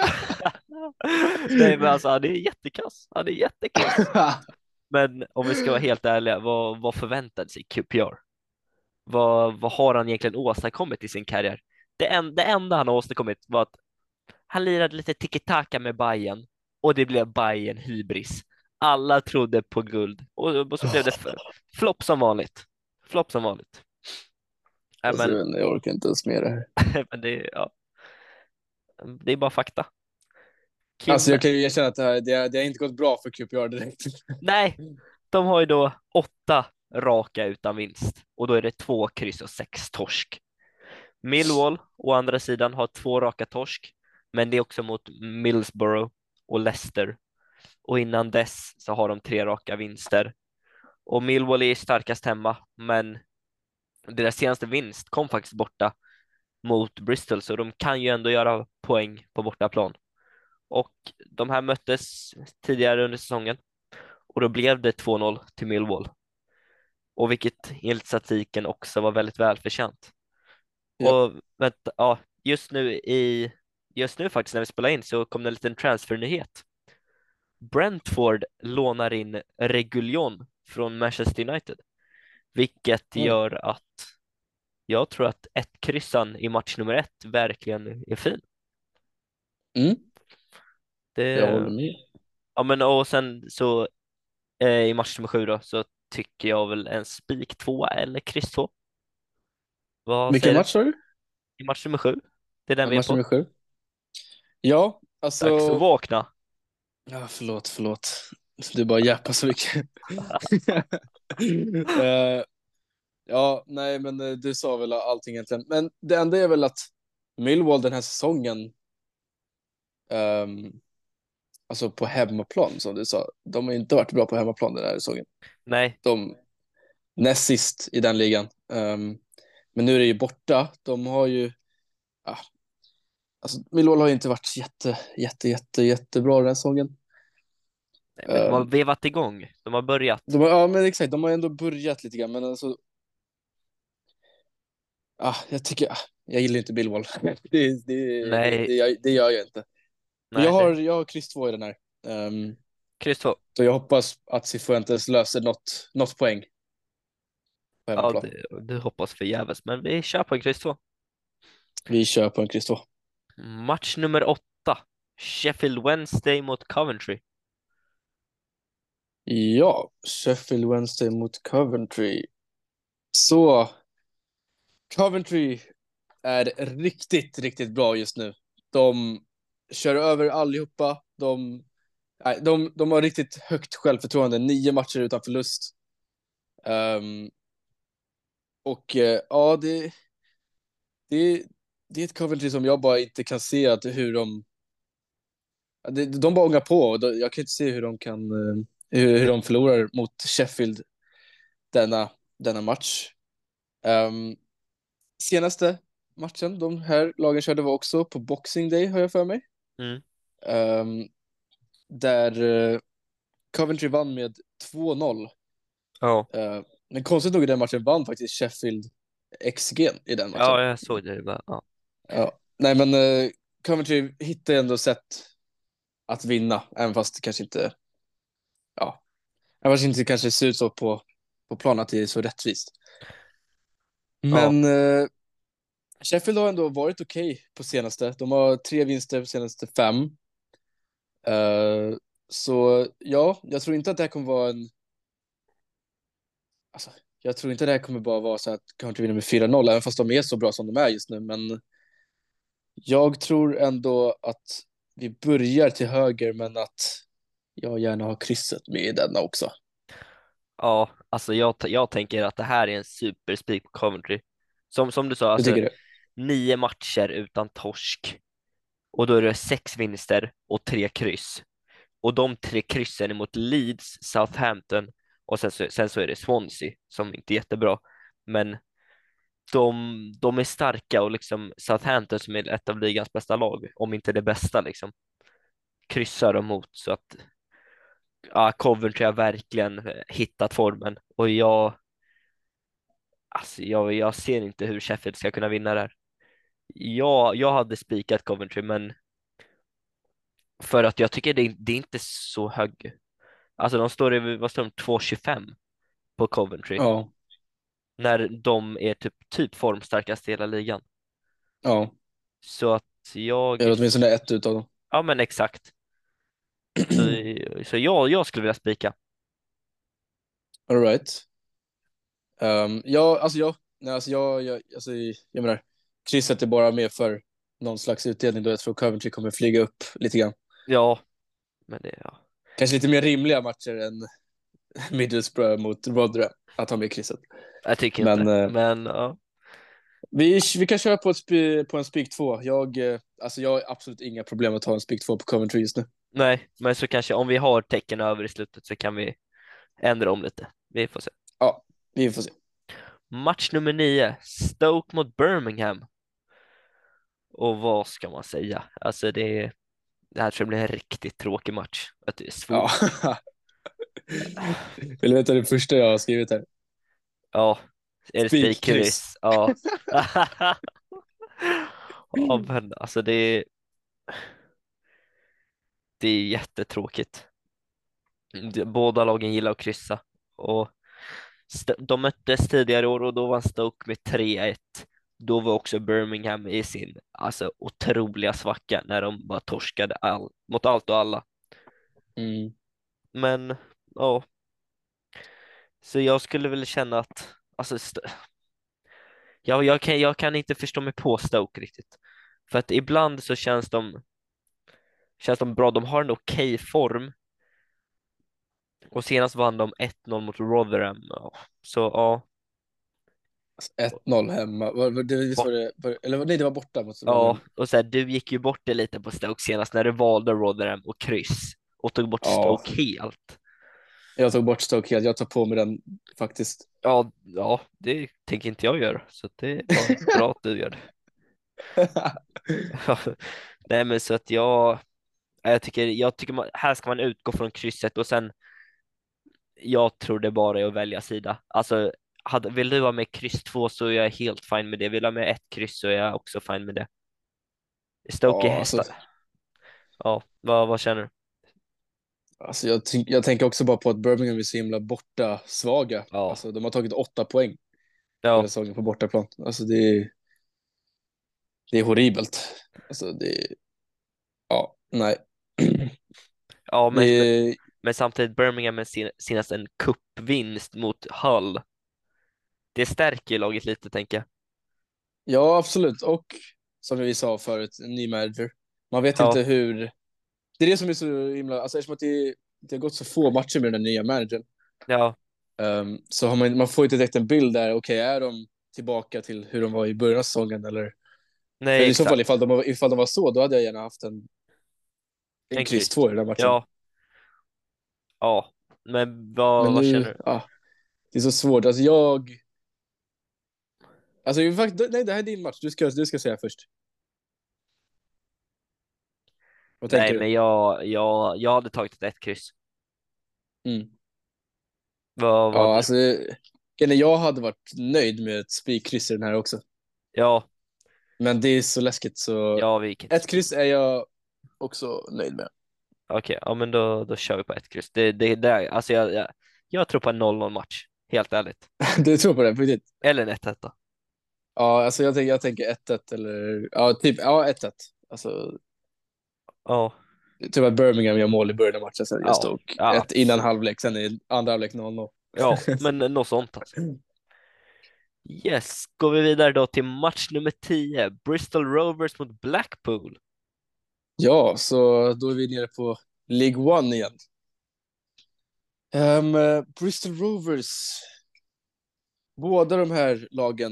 Nej men alltså han är jättekass. Han är jättekass. Men om vi ska vara helt ärliga, vad förväntade sig QPR? Vad har han egentligen åstadkommit i sin karriär? Det enda han har åstadkommit var att han lirade lite tiki-taka med Bayern och det blev Bayern hybris. Alla trodde på guld och så blev det flopp som vanligt. Flopp som vanligt. Alltså, Men, jag orkar inte ens med det här. men ja, det är bara fakta. Alltså Kim, jag kan ju erkänna att det har inte gått bra för QPR direkt. nej, de har ju då 8 raka utan vinst och då är det 2 kryss och 6 torsk. Millwall å andra sidan har 2 raka torsk, men det är också mot Middlesbrough och Leicester. Och innan dess så har de 3 raka vinster. Och Millwall är starkast hemma, men deras senaste vinst kom faktiskt borta mot Bristol, så de kan ju ändå göra poäng på bortaplan. Och de här möttes tidigare under säsongen och då blev det 2-0 till Millwall. Och vilket enligt statistiken också var väldigt välförtjänt. Ja. Och vänta, ja, just nu faktiskt när vi spelar in så kom det en liten transfernyhet. Brentford lånar in Reguilón från Manchester United, vilket Mm. gör att jag tror att ett kryssan i match nummer 1 verkligen är fin. Mm. Jag Det, håller med. ja men och sen så i match nummer 7 då så tycker jag väl en spik 2 eller kryss 2. Vad Vilken säger du? match sa du? I match nummer 7? Det är den vi är Match på. nummer 7? Ja, Dags att alltså... vakna. Ja, förlåt. Du bara jappar så mycket. Eh, ja, nej, men du sa väl allting egentligen. Men det enda är väl att Millwall den här säsongen, ehm, alltså på hemmaplan som du sa, de har inte varit bra på hemmaplan den här säsongen. Nej, De näst sist i den ligan. Men nu är det ju borta. De har ju, ja, alltså Millwall har ju inte varit jättebra den här säsongen. nej, men de har Um, vevat igång. De har börjat. ja, men exakt, de har ändå börjat lite grann, men alltså, jag gillar inte Millwall. Nej, Det gör jag inte. Men nej, det. jag har kryss 2 i den här. Um, Kryss 2. så jag hoppas att Cifuentes löser något poäng på Ja, hemmaplan. du hoppas förgäves, men vi kör på en kryss 2. Vi kör på en kryss 2. Match nummer 8. Sheffield Wednesday mot Coventry. Ja, Sheffield Wednesday mot Coventry. Så Coventry är riktigt bra just nu. De kör över allihopa. De har riktigt högt självförtroende. 9 matcher utan förlust. Ja, det, det är ett Coventry som jag bara inte kan se att hur de bara ångar på. Och jag kan inte se hur de kan hur de förlorar mot Sheffield denna match. Um, Senaste matchen de här lagen körde var också på Boxing Day, har jag för mig. Mm. Um, där Coventry vann med 2-0. Ja. Men konstigt nog i den matchen vann faktiskt Sheffield XG i den matchen. Ja, jag såg det. Bara, ja. Ja. nej men Coventry hittar ändå sätt att vinna, även fast det kanske inte, ja, även fast det inte kanske ser ut så på plan att det är så rättvist. Ja, Men Sheffield har ändå varit okej på senaste. De har 3 vinster på senaste 5. Så ja, jag tror inte att det här kommer vara en... Alltså, jag tror inte det här kommer bara vara så att Coventry vinner med 4-0, även fast de är så bra som de är just nu. Men jag tror ändå att vi börjar till höger, men att jag gärna har krysset med i denna också. ja, alltså jag tänker att det här är en superspik på Coventry. Som du sa, Du alltså tycker det? 9 matcher utan torsk. Och då är det 6 vinster och 3 kryss. Och de 3 kryssen är mot Leeds, Southampton och sen så är det Swansea som inte är jättebra. Men de är starka och liksom Southampton som är ett av ligans bästa lag, om inte det bästa liksom, kryssar de mot. Så att ja, Coventry har verkligen hittat formen och jag ser inte hur Sheffield ska kunna vinna där. Jag hade spikat Coventry, men för att jag tycker det är inte så hög. Alltså de står i, vad står de, 2,25 på Coventry Ja, när de är typ formstarkast i hela ligan. ja. Så att Jag har åtminstone ett utav dem. ja men exakt. Så jag skulle vilja spika. All right. Ja, alltså nej, alltså alltså, jag menar, krysset är bara med för någon slags utdelning då jag tror Coventry kommer flyga upp lite grann. Ja, men det, ja. Kanske lite mer rimliga matcher än Middlesbrough mot Rotherham att ha med krysset. Jag tycker Men inte. Men ja. vi kan köra på en spik 2. Alltså jag har absolut inga problem att ta en spik 2 på Coventry just nu. Nej, men så kanske om vi har tecken över i slutet så kan vi ändra om lite. Vi får se. Ja, vi får se. Match nummer 9, Stoke mot Birmingham. Och vad ska man säga? Alltså det här tror jag blir en riktigt tråkig match. Att det är Ja. svårt. Vill du veta det första jag har skrivit här? Ja, är det Spik, kryss. spikkryss? Ja. Ja, men alltså det är jättetråkigt. Båda lagen gillar att kryssa. Och de möttes tidigare år och då vann Stoke med 3-1. Då var också Birmingham i sin alltså, otroliga svacka när de bara torskade mot allt och alla. Mm. Men ja, så jag skulle väl känna att alltså, jag kan inte förstå mig på Stoke riktigt. För att ibland så känns de bra, de har en okej form. Och senast vann de 1-0 mot Rotherham. Ja. Så ja, 1-0 hemma. Visst bort, var eller nej, det var borta mot ja. Rotherham. Och så här, du gick ju bort det lite på Stoke senast när du valde Rotherham och kryss och tog bort Ja, Stoke helt. jag tog bort Stoke helt. Jag tar på mig den faktiskt. Ja, ja, det tänker inte jag göra. Så det är bra att du gör det. Nej, men så att jag tycker här ska man utgå från krysset och sen jag tror det bara är att välja sida. Alltså, vill du ha med kryss 2 så är jag helt fine med det. Vill du ha med ett kryss så är jag också fine med det. Stoke är Ja, hästar. Ja, vad känner du? alltså jag tänker också bara på att Birmingham är så himla borta svaga. Ja, Alltså de har tagit 8 poäng hela ja, säsongen på bortaplan. Alltså det är horribelt. Alltså ja, nej. ja, Det är, men samtidigt Birmingham med senast en cupvinst mot Hull. Det stärker ju laget lite, tänker jag. ja, absolut. Och som vi sa förut, en ny manager. Man vet inte Ja, hur... Det är det som är så himla... Alltså eftersom att det har gått så få matcher med den nya managern, ja, så har man får inte direkt en bild där, okej, är de tillbaka till hur de var i början av säsongen eller... För nej, i så fall, exakt. ifall de var så, då hade jag gärna haft en En kryss kryss. 2 i den här matchen. Ja, ja, men Men vad känner nu, du? ja, det är så svårt. Alltså nej, det här är din match. Du ska säga först. Vad Nej, tänker du? men jag hade tagit ett kryss. Mm. Vad hade Ja, du? alltså, jag hade varit nöjd med ett spikkryss i den här också. Ja, Men det är så läskigt så Ja, vi kan inte ett spela. kryss är jag också nöjd med. Okej, ja men då kör vi på ett kryss. Alltså jag tror på en 0-0 match, helt ärligt. Du tror på det på riktigt? Eller en 1-1 då. Ja, alltså jag tänker 1-1 eller ja, typ ja 1-1. Alltså Ja, typ att Birmingham gör mål i början av matchen, sen just ja, och ja, ett innan absolut. halvlek, sen i andra halvlek 0-0. Ja, men något sånt alltså. Yes, går vi vidare då till match nummer 10. Bristol Rovers mot Blackpool. Ja, så då är vi nere på League One igen. Bristol Rovers, båda de här lagen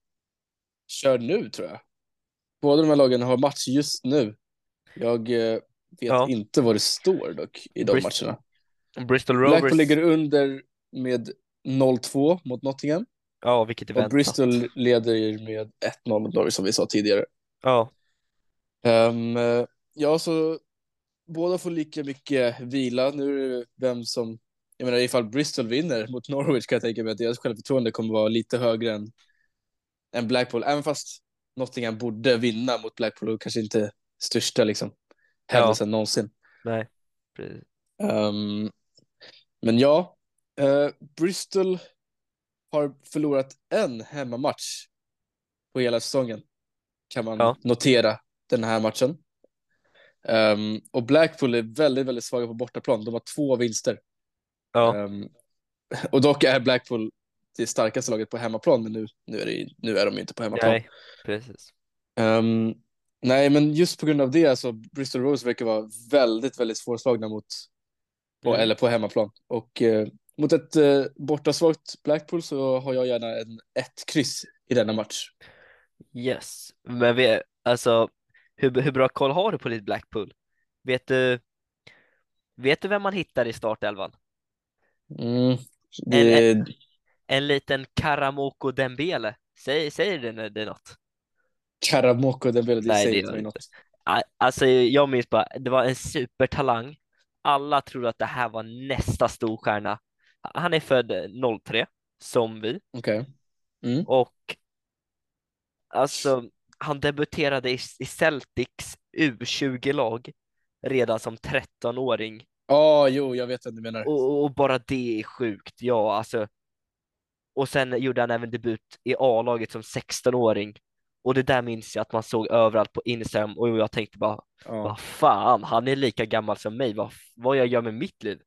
kör nu tror jag. Båda de här lagen har match just nu. Jag vet Ja, inte vad det står dock i de Brist matcherna. Bristol Blackpool ligger Rovers. under med 0-2 mot Nottingham Ja, vilket är och väntat. Bristol leder med 1-0 mot Norwich som vi sa tidigare. Ja, Um, ja, så båda får lika mycket vila. Nu är det vem som... Jag menar, ifall Bristol vinner mot Norwich kan jag tänka mig att deras självförtroende kommer vara lite högre än Blackpool. Även fast Nottingham borde vinna mot Blackpool och kanske inte största liksom, ja, händelsen någonsin. nej. Precis. Um, men ja, Bristol har förlorat en hemmamatch på hela säsongen, kan man Ja, notera den här matchen. Och Blackpool är väldigt, väldigt svaga på bortaplan. De har 2 vinster. ja, Um, och dock är Blackpool det starkaste laget på hemmaplan, men nu är de ju inte på hemmaplan. nej, precis. Um, nej, men just på grund av det, alltså, Bristol Rovers verkar vara väldigt, väldigt svårslagna Mm. eller på hemmaplan. Och mot ett bortasvagt Blackpool så har jag gärna en 1-kryss i denna match. Yes, men alltså, hur bra koll har du på ditt Blackpool? Vet du, vet du vem man hittar i startelvan? Mm, En, en, det en liten Karamoko Dembele. Säger det något? Karamoko Dembele, det Nej, det säger inte gör det mig inte. något. Alltså, jag minns bara, det var en supertalang. Alla trodde att det här var nästa storstjärna. Han är född 03, som vi. Okej. Mm. Och alltså, han debuterade i Celtics U20-lag redan som 13-åring. Jo, jag vet vad du menar. Och bara det är sjukt. Ja, alltså. Och sen gjorde han även debut i A-laget som 16-åring. Och det där minns jag att man såg överallt på Instagram och jag tänkte bara, Ja. vad fan, han är lika gammal som mig. Vad jag gör med mitt liv?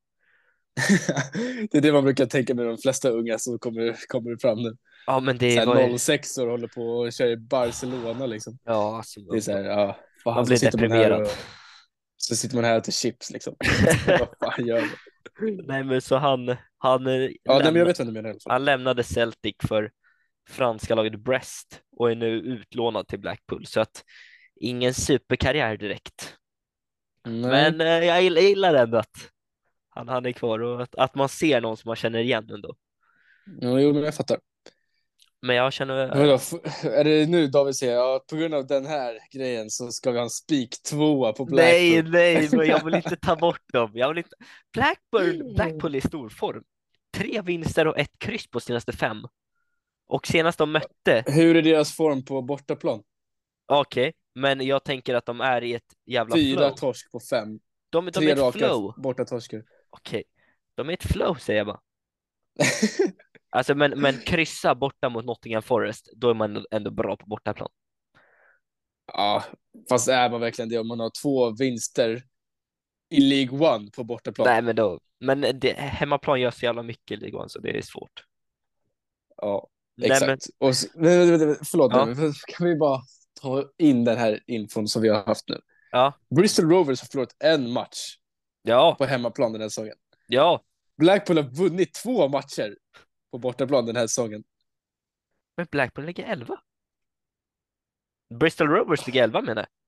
Det är det man brukar tänka med de flesta unga som kommer fram nu. Ja, men Så det var ju, här 06 år håller på och kör i Barcelona liksom. ja, alltså, Det är så här, ja, man fan, blir deprimerad. så sitter man här och äter chips liksom. Vad fan gör man? Nej, men så han, Ja, nej, men jag lämna, vet vad du menar i alla fall. han lämnade Celtic för franska laget Brest och är nu utlånad till Blackpool. Så att ingen superkarriär direkt. Nej, Men jag gillar ändå att han är kvar och att man ser någon som man känner igen ändå. jo, men jag fattar. Men jag känner, Vadå, är det nu David säger, ja, på grund av den här grejen så ska vi ha en spik tvåa på nej, Blackpool. nej, men jag vill inte ta bort dem. Jag vill inte. Blackpool är i stor form. 3 vinster och 1 kryss på senaste 5. Och senast de mötte, Hur är deras form på bortaplan? okej, men jag tänker att de är i ett jävla 4 flow. torsk på 5. De är 3 ett raka flow. bortatorskar. Okej, de är ett flow säger jag bara. Alltså, men kryssa borta mot Nottingham Forest, då är man ändå bra på bortaplan. Ja, fast är man verkligen det om man har 2 vinster i League One på bortaplan? Nej, hemmaplan gör så jävla mycket i ligan så det är svårt. Ja, Nej, men exakt. Och förlåt ja, nu, kan vi bara ta in den här infon som vi har haft nu? ja, Bristol Rovers har förlorat en match ja, på hemmaplan den här säsongen. ja. Blackpool har vunnit 2 matcher på bortaplan den här säsongen. Men Blackburn ligger 11. Bristol Rovers ligger 11 menar jag.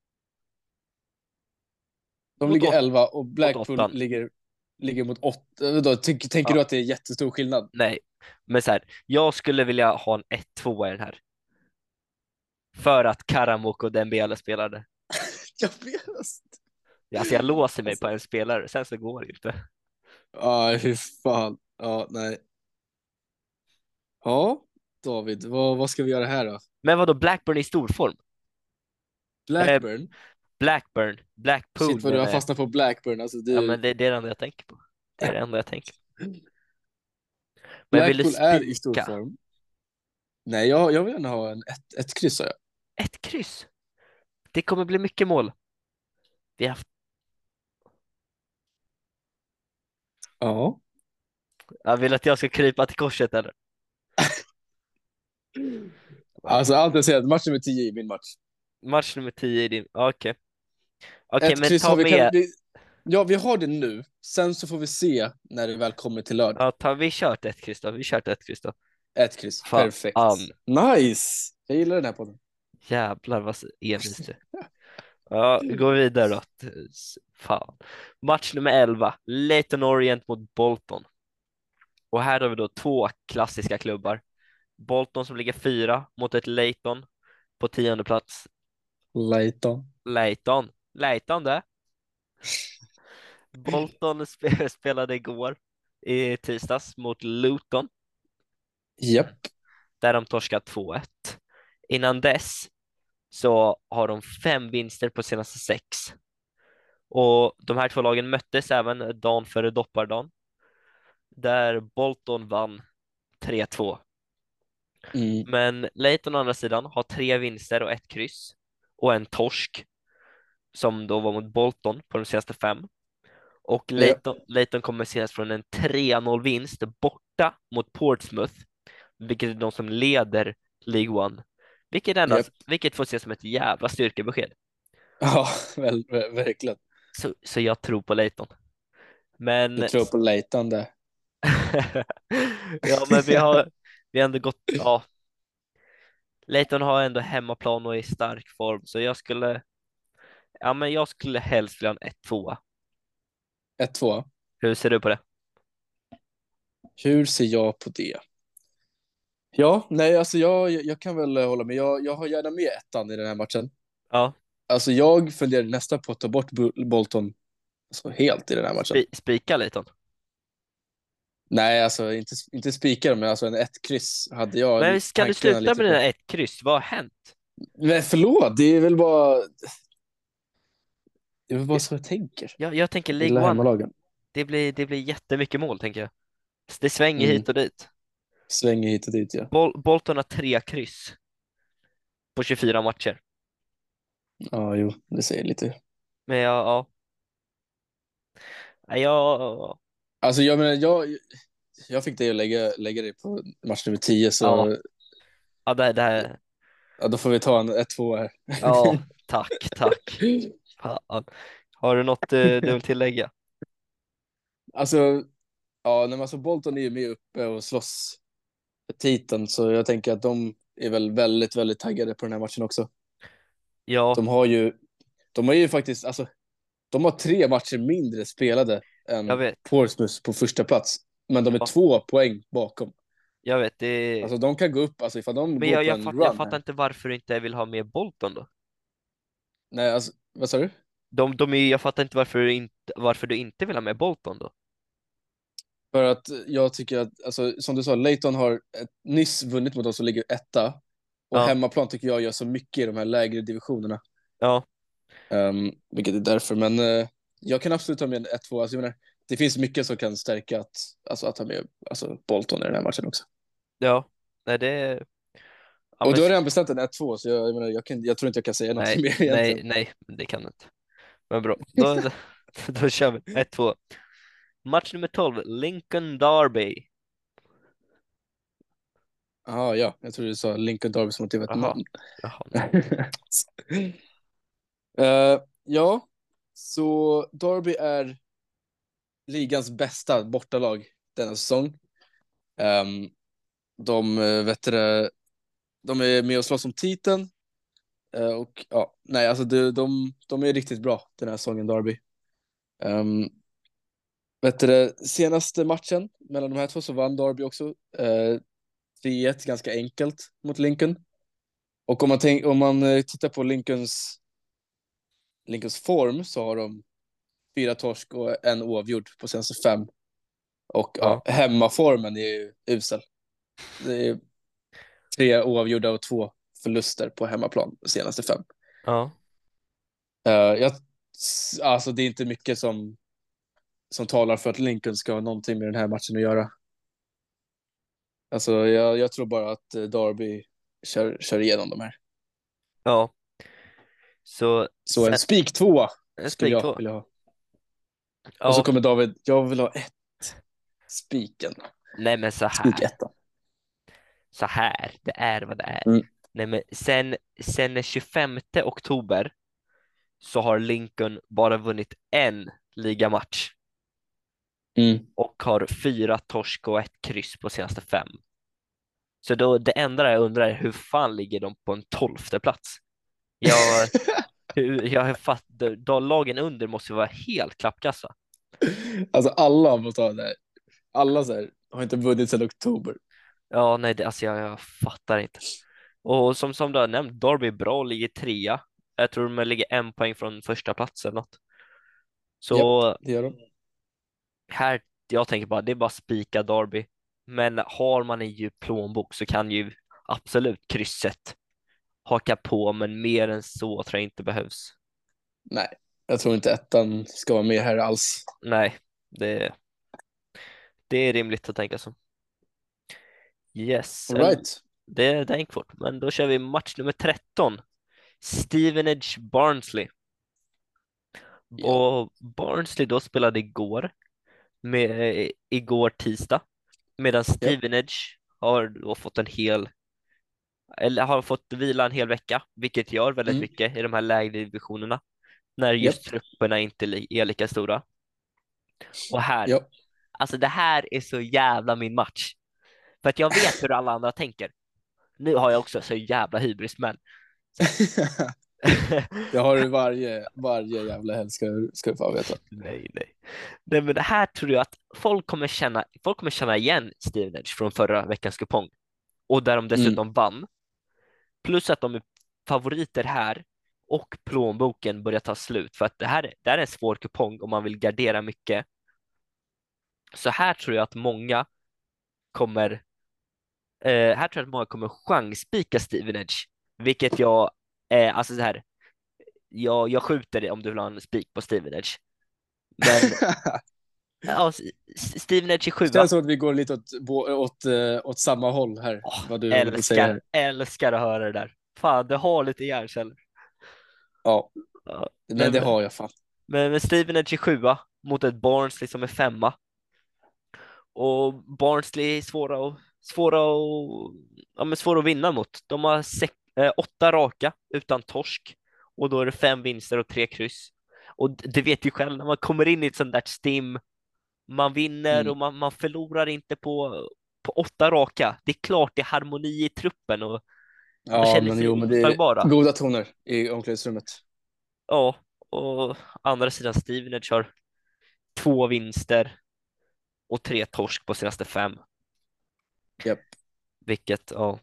De Mot, ligger åt, 11 och mot Blackpool 8. ligger mot 8. Då, tänker Ja, du att det är jättestor skillnad? nej, men så här, jag skulle vilja ha en 1-2 i den här. För att Karamoko och Dembele spelade. Jag vet inte. Alltså jag låser mig Alltså, på en spelare, sen så går det inte. hur fan. Ja, nej. Ja, David, vad ska vi göra här då? Men vadå, Blackburn i storform? Eh, Blackburn. Blackburn, Shit Blackpool vad du har menar jag. fastnat på Blackburn. Alltså Ja, du... men det är det enda jag tänker på. Det är det enda jag tänker på. Men jag ville Blackpool är i stor spika. form. Nej, jag vill gärna ha ett kryss. Sa jag. Ett kryss. Det kommer bli mycket mål. Vi har haft... Ja. Jag vill att jag ska krypa till korset eller? Alltså allt jag säger att match nummer 10 i min match. Match nummer 10 i din... Okej. Okej, Ett men kryss ta har vi, kan med... vi... Ja, vi har det nu. Sen så får vi se när det väl kommer till lördag. Ja, vi kört ett kryss då. Vi kört ett kryss då. Ett kryss, perfekt. Fan. Nice! Jag gillar den här podden. Jävlar vad envis du är. Ja, gå vidare då. Fan. Match nummer 11. Leyton Orient mot Bolton. Och här har vi då två klassiska klubbar. Bolton som ligger 4 mot ett Leyton på 10:e plats. Leighton. Leyton det. Bolton spelade igår i tisdags mot Luton Japp. där de torskade 2-1. Innan dess så har de 5 vinster på senaste 6. Och de här två lagen möttes även dagen före doppardagen där Bolton vann 3-2. Mm. Men Leyton å andra sidan har 3 vinster och ett kryss och en torsk som då var mot Bolton på de senaste 5. Och Ja. Leyton kommer senast från en 3-0 vinst borta mot Portsmouth, vilket är de som leder League One. Japp. Vilket får ses som ett jävla styrkebesked. Ja, verkligen. Så jag tror på Leyton. Du Men tror på Leighton där. ja, men vi har ändå gått, ja. Leyton har ändå hemmaplan och är i stark form, så jag skulle helst vilja ha en 1-2. 1-2. Hur ser du på det? Hur ser jag på det? Ja, nej, alltså jag kan väl hålla med. Jag har gärna med ettan i den här matchen. Ja, Alltså jag funderar nästan på att ta bort Bolton alltså, helt i den här matchen. spika Leyton. Nej, alltså inte spikar, men alltså en ett kryss hade jag Men ska du tankarna sluta lite med på. dina ett kryss? Vad har hänt? Men förlåt, det är väl bara så jag tänker. Jag tänker Jag gillar League One. hemmalagen. Det blir jättemycket mål, tänker jag. Det svänger Mm. hit och dit. Svänger hit och dit, ja. Bolton har 3 kryss på 24 matcher. Ja, jo, det säger lite. Men ja, Alltså jag menar, jag fick dig att lägga dig på match nummer 10, ja, så ja, det här, ja, då får vi ta en 1-2 här. ja, tack. Fan. Har du något du vill tillägga? Alltså, ja, men alltså Bolton är ju med uppe och slåss för titeln, så jag tänker att de är väl väldigt, väldigt taggade på den här matchen också. Ja, De har ju, de har ju faktiskt, alltså, de har 3 matcher mindre spelade jag än vet. Portsmouth på första plats, men de är Ja, 2 poäng bakom. jag vet. Det... Alltså de kan gå upp, alltså ifall de Men går på jag, en jag run fattar här. inte varför du inte vill ha med Bolton då. Nej, alltså, vad sa du? Jag fattar inte varför du inte vill ha med Bolton då. För att jag tycker att, alltså, som du sa, Leighton har nyss vunnit mot oss som ligger etta. Och Ja, hemmaplan tycker jag gör så mycket i de här lägre divisionerna. ja, Vilket är därför. Men jag kan absolut ta med en 1-2. Alltså, jag menar, det finns mycket som kan stärka att ha med alltså, Bolton i den här matchen också. ja. Nej, det... Ja, Och men... du har redan bestämt en 1-2, så jag menar, jag tror inte jag kan säga något mer egentligen. Nej, det kan du inte. Men bra, då kör vi 1-2. Match nummer 12, Lincoln Derby. Ah, ja, jag tror du sa Lincoln Derby som att det var ett Jaha, namn. jaha. Ja, så Derby är ligans bästa bortalag denna säsong. Vet du, de är med och slåss om titeln. Och ja, nej, alltså de är riktigt bra den här säsongen, Derby. Vet du, senaste matchen mellan de här två så vann Derby också. 3-1 ganska enkelt mot Lincoln. Och om man tittar på Lincolns form så har de 4 torsk och en oavgjord på senaste 5. Och Ja, ja, hemmaformen är ju usel. Det är 3 oavgjorda och 2 förluster på hemmaplan de senaste 5. ja. Jag, alltså det är inte mycket som talar för att Lincoln ska ha någonting med den här matchen att göra. Alltså jag tror bara att Derby kör igenom de här. Ja, så Så en sen, spik tvåa en skulle spik jag två. vilja ha. Och så Ja, kommer David, jag vill ha ett. Spiken. nej men Spik etta. så här, det är vad det är. Mm. Nej men sen den 25 oktober så har Lincoln bara vunnit en ligamatch Mm. och har 4 torsk och ett kryss på senaste 5. Så då, det enda jag undrar är hur fan ligger de på en 12:e plats? Jag, jag fattar, de lagen under måste ju vara helt klappkassa. Alltså alla får ta det här. Alla så här, har inte vunnit sedan oktober. Ja, nej, alltså jag fattar inte. Och som du har nämnt, Derby är bra och ligger 3. Jag tror de ligger 1 poäng från första plats eller något. Japp, Så det gör de. här, jag tänker bara, det är bara spika Derby. Men har man en djup plånbok så kan ju absolut krysset haka på, men mer än så tror jag inte behövs. Nej, jag tror inte ettan ska vara med här alls. Nej, det, det är rimligt att tänka så. Yes, All right. det gick fort. Men då kör vi match nummer 13. Stevenage Barnsley. Ja. Och Barnsley då spelade igår tisdag. Medan Japp. Stevenage har då fått eller har fått vila en hel vecka, vilket gör väldigt Mm. mycket i de här lägre divisionerna när just Japp. trupperna inte är lika stora. Och här, Japp. alltså det här är så jävla min match. För att jag vet hur alla andra tänker. Nu har jag också så jävla hybris, men Det har du varje jävla helg ska du få veta. nej, nej. Nej, men det här tror jag att folk kommer känna igen Stevenage från förra veckans kupong. Och där de Mm. dessutom vann. Plus att de är favoriter här och plånboken börjar ta slut. För att det här är en svår kupong om man vill gardera mycket. Så här tror jag att många kommer här tror jag att många kommer chansspika Stevenage. Vilket alltså så här, jag skjuter det om du vill ha en spik på Stevenage. Men ja, Stevenage är 7. Känns som att vi går lite åt samma håll här, vad du säger här. Älskar att höra det där. Fan, det har lite hjärnceller. Ja, Ja, nej, men det har jag fan. men Stevenage är 7 mot ett Barnsley som är 5. Och Barnsley är svåra att vinna mot. De har 8 raka utan torsk. Och då är det 5 vinster och 3 kryss. Och det vet ju själv när man kommer in i ett sånt där stim. Man vinner Mm. och man förlorar inte på 8 raka. Det är klart det är harmoni i truppen och man Ja, känner men sig jo, men det är oslagbara. goda toner i omklädningsrummet. Ja, och andra sidan Stevenage har 2 vinster och 3 torsk på senaste 5. Japp. Vilket, ja.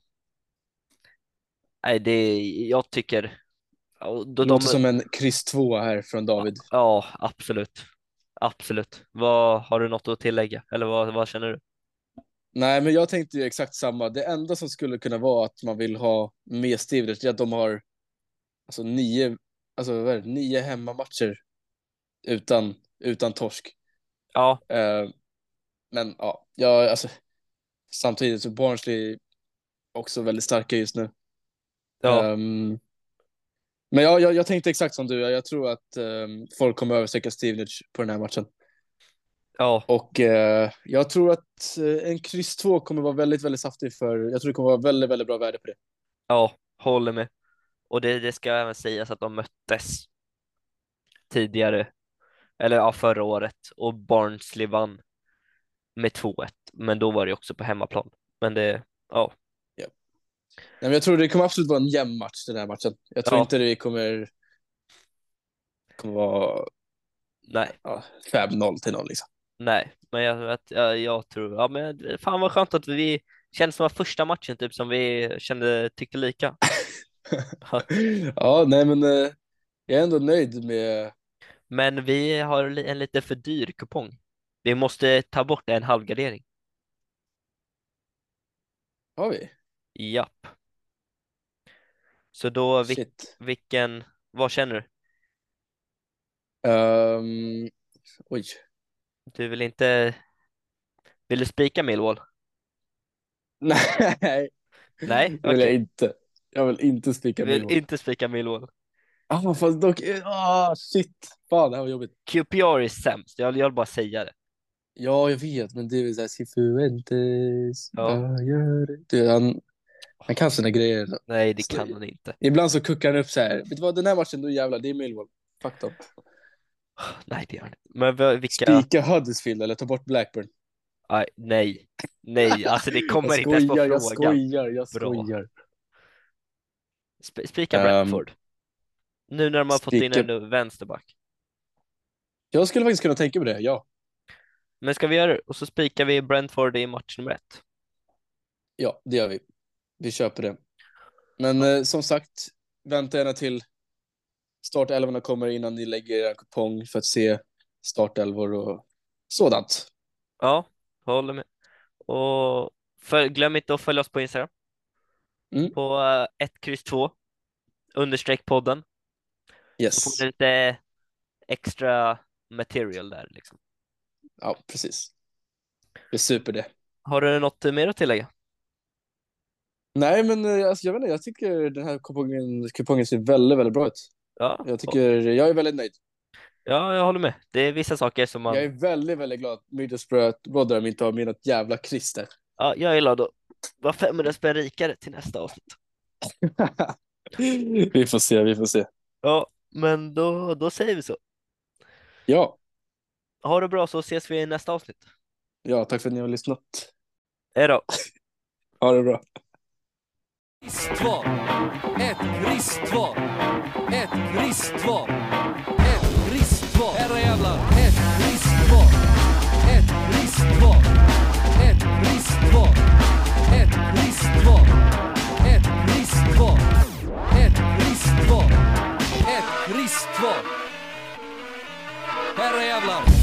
Nej, jag tycker, ja, Låter som en kryss 2 här från David. ja, absolut. Absolut. Har du något att tillägga? Eller vad känner du? Nej, men jag tänkte ju exakt samma. Det enda som skulle kunna vara att man vill ha med Steelers är att de har alltså 9 hemmamatcher utan torsk. Ja, Eh, men ja, alltså, samtidigt så Barnsley också väldigt starka just nu. ja, Men jag tänkte exakt som du. Jag tror att folk kommer överstrecka Stevenage på den här matchen. ja, Och jag tror att en kryss 2 kommer vara väldigt, väldigt saftig jag tror det kommer vara väldigt, väldigt bra värde på det. ja, håller med. Och det ska även sägas att de möttes tidigare, eller ja, förra året, och Barnsley vann med 2-1. Men då var det också på hemmaplan. Men ja, Ja. Nej, men jag tror det kommer absolut vara en jämn match den här matchen. Jag tror ja, inte det kommer vara nej. 5-0 till någon liksom. Nej, men jag tror, ja men fan vad skönt att vi känns som var första matchen typ som vi tyckte lika. Ja, nej men jag är ändå nöjd med... Men vi har en lite för dyr kupong. Vi måste ta bort en halvgardering. Har vi? Japp. Så då, Shit. vad känner du? Ehm, oj. Du vill inte... Vill du spika Millwall? Nej, Nej, det vill jag okej. inte. Jag vill inte spika Vill Millwall. inte spika Millwall. Fast dock, shit. Fan, det här var jobbigt. QPR är sämst, jag vill bara säga det. Ja, jag vet, men det är så här, Cifuentes, Ja. vad gör du? Han kan sina grejer. Nej, det Så, kan han inte. ibland så kuckar han upp så här. Vet du vad, den här matchen, då jävlar, det är Millwall. Fuck dem. Nej, det gör han inte. Men vilka... Spika Huddersfield eller ta bort Blackburn. Aj, nej. Nej, alltså det Jag kommer inte ens på skojar, jag frågan. skojar, jag Bra. skojar. Spika Um, Brentford. Nu när de har fått in spika... en vänsterback. Jag skulle faktiskt kunna tänka mig det, ja. Men ska vi göra det? Och så spikar vi Brentford i match nummer 1. Ja, det gör vi. Vi köper det. Men som sagt, vänta gärna till startelvorna kommer innan ni lägger en kupong för att se startelvor och sådant. Ja, håller med. Och glöm inte att följa oss på Instagram. Mm. På 1X2 _podden. Så får Yes. ni lite extra material där liksom. Ja, precis. Det är super det. Har du något mer att tillägga? Nej, men alltså, jag vet inte, jag tycker den här kupongen ser väldigt, väldigt bra ut. Ja, Jag är väldigt nöjd. ja, jag håller med. Det är vissa saker som Jag är man... väldigt, väldigt glad att Middlesbrough Rotherham inte har menat jävla Christer. Ja, jag är glad att vara 500 spänn rikare till nästa avsnitt. Vi får se, vi får se. Ja, men då säger vi så. Ja, Ha det bra så ses vi i nästa avsnitt. ja, tack för att ni har lyssnat. Hej då! Ha det bra. Kristval, ett kristval, ett kristval, ett kristval, herre jävlar, ett kristval, ett kristval, ett kristval, ett kristval, ett kristval, ett kristval, ett kristval, herre jävlar.